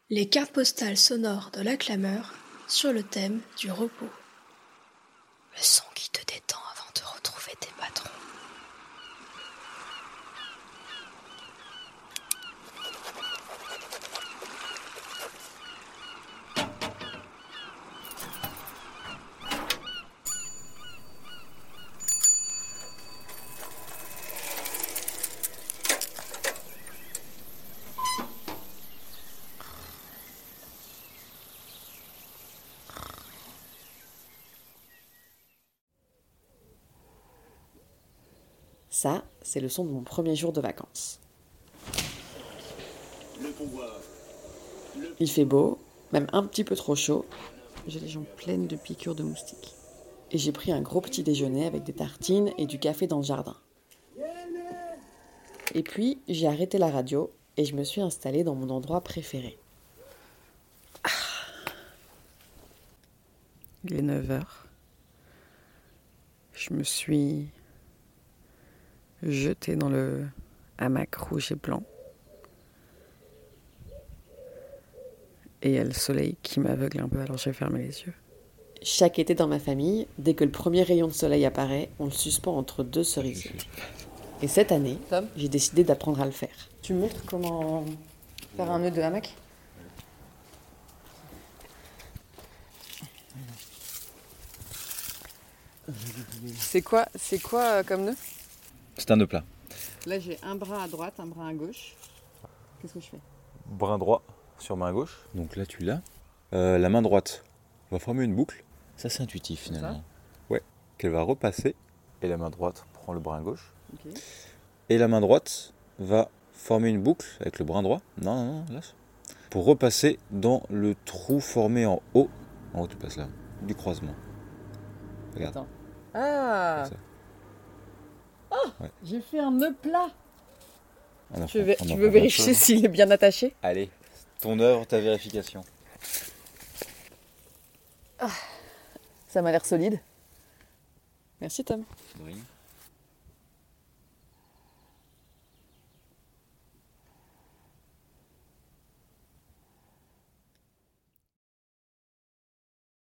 Les cartes postales sonores de la clameur sur le thème du repos. Le son qui te détend avant de retrouver tes patrons. Ça, c'est le son de mon premier jour de vacances. Il fait beau, même un petit peu trop chaud. J'ai les jambes pleines de piqûres de moustiques. Et j'ai pris un gros petit déjeuner avec des tartines et du café dans le jardin. Et puis, j'ai arrêté la radio et je me suis installée dans mon endroit préféré. Il est 9h. Je me suis jetée dans le hamac rouge et blanc. Et il y a le soleil qui m'aveugle un peu, alors j'ai fermé les yeux. Chaque été dans ma famille, dès que le premier rayon de soleil apparaît, on le suspend entre deux cerisiers. Et cette année, Tom, j'ai décidé d'apprendre à le faire. Tu me montres comment faire un nœud de hamac ? C'est quoi comme nœud ? C'est un nœud plat. Là, j'ai un bras à droite, un bras à gauche. Qu'est-ce que je fais ? Brin droit sur main gauche. Donc là, tu l'as. La main droite va former une boucle. Ça, c'est intuitif finalement. Ouais. Qu'elle va repasser. Et la main droite prend le brin gauche. Okay. Et la main droite va former une boucle avec le brin droit. Non, lâche. Pour repasser dans le trou formé en haut. En haut, tu passes là. Du croisement. Regarde. Attends. Ah, ouais. J'ai fait un nœud plat. Tu veux vérifier s'il est bien attaché ? Allez, ton œuvre, ta vérification. Ça m'a l'air solide. Merci Tom. Oui.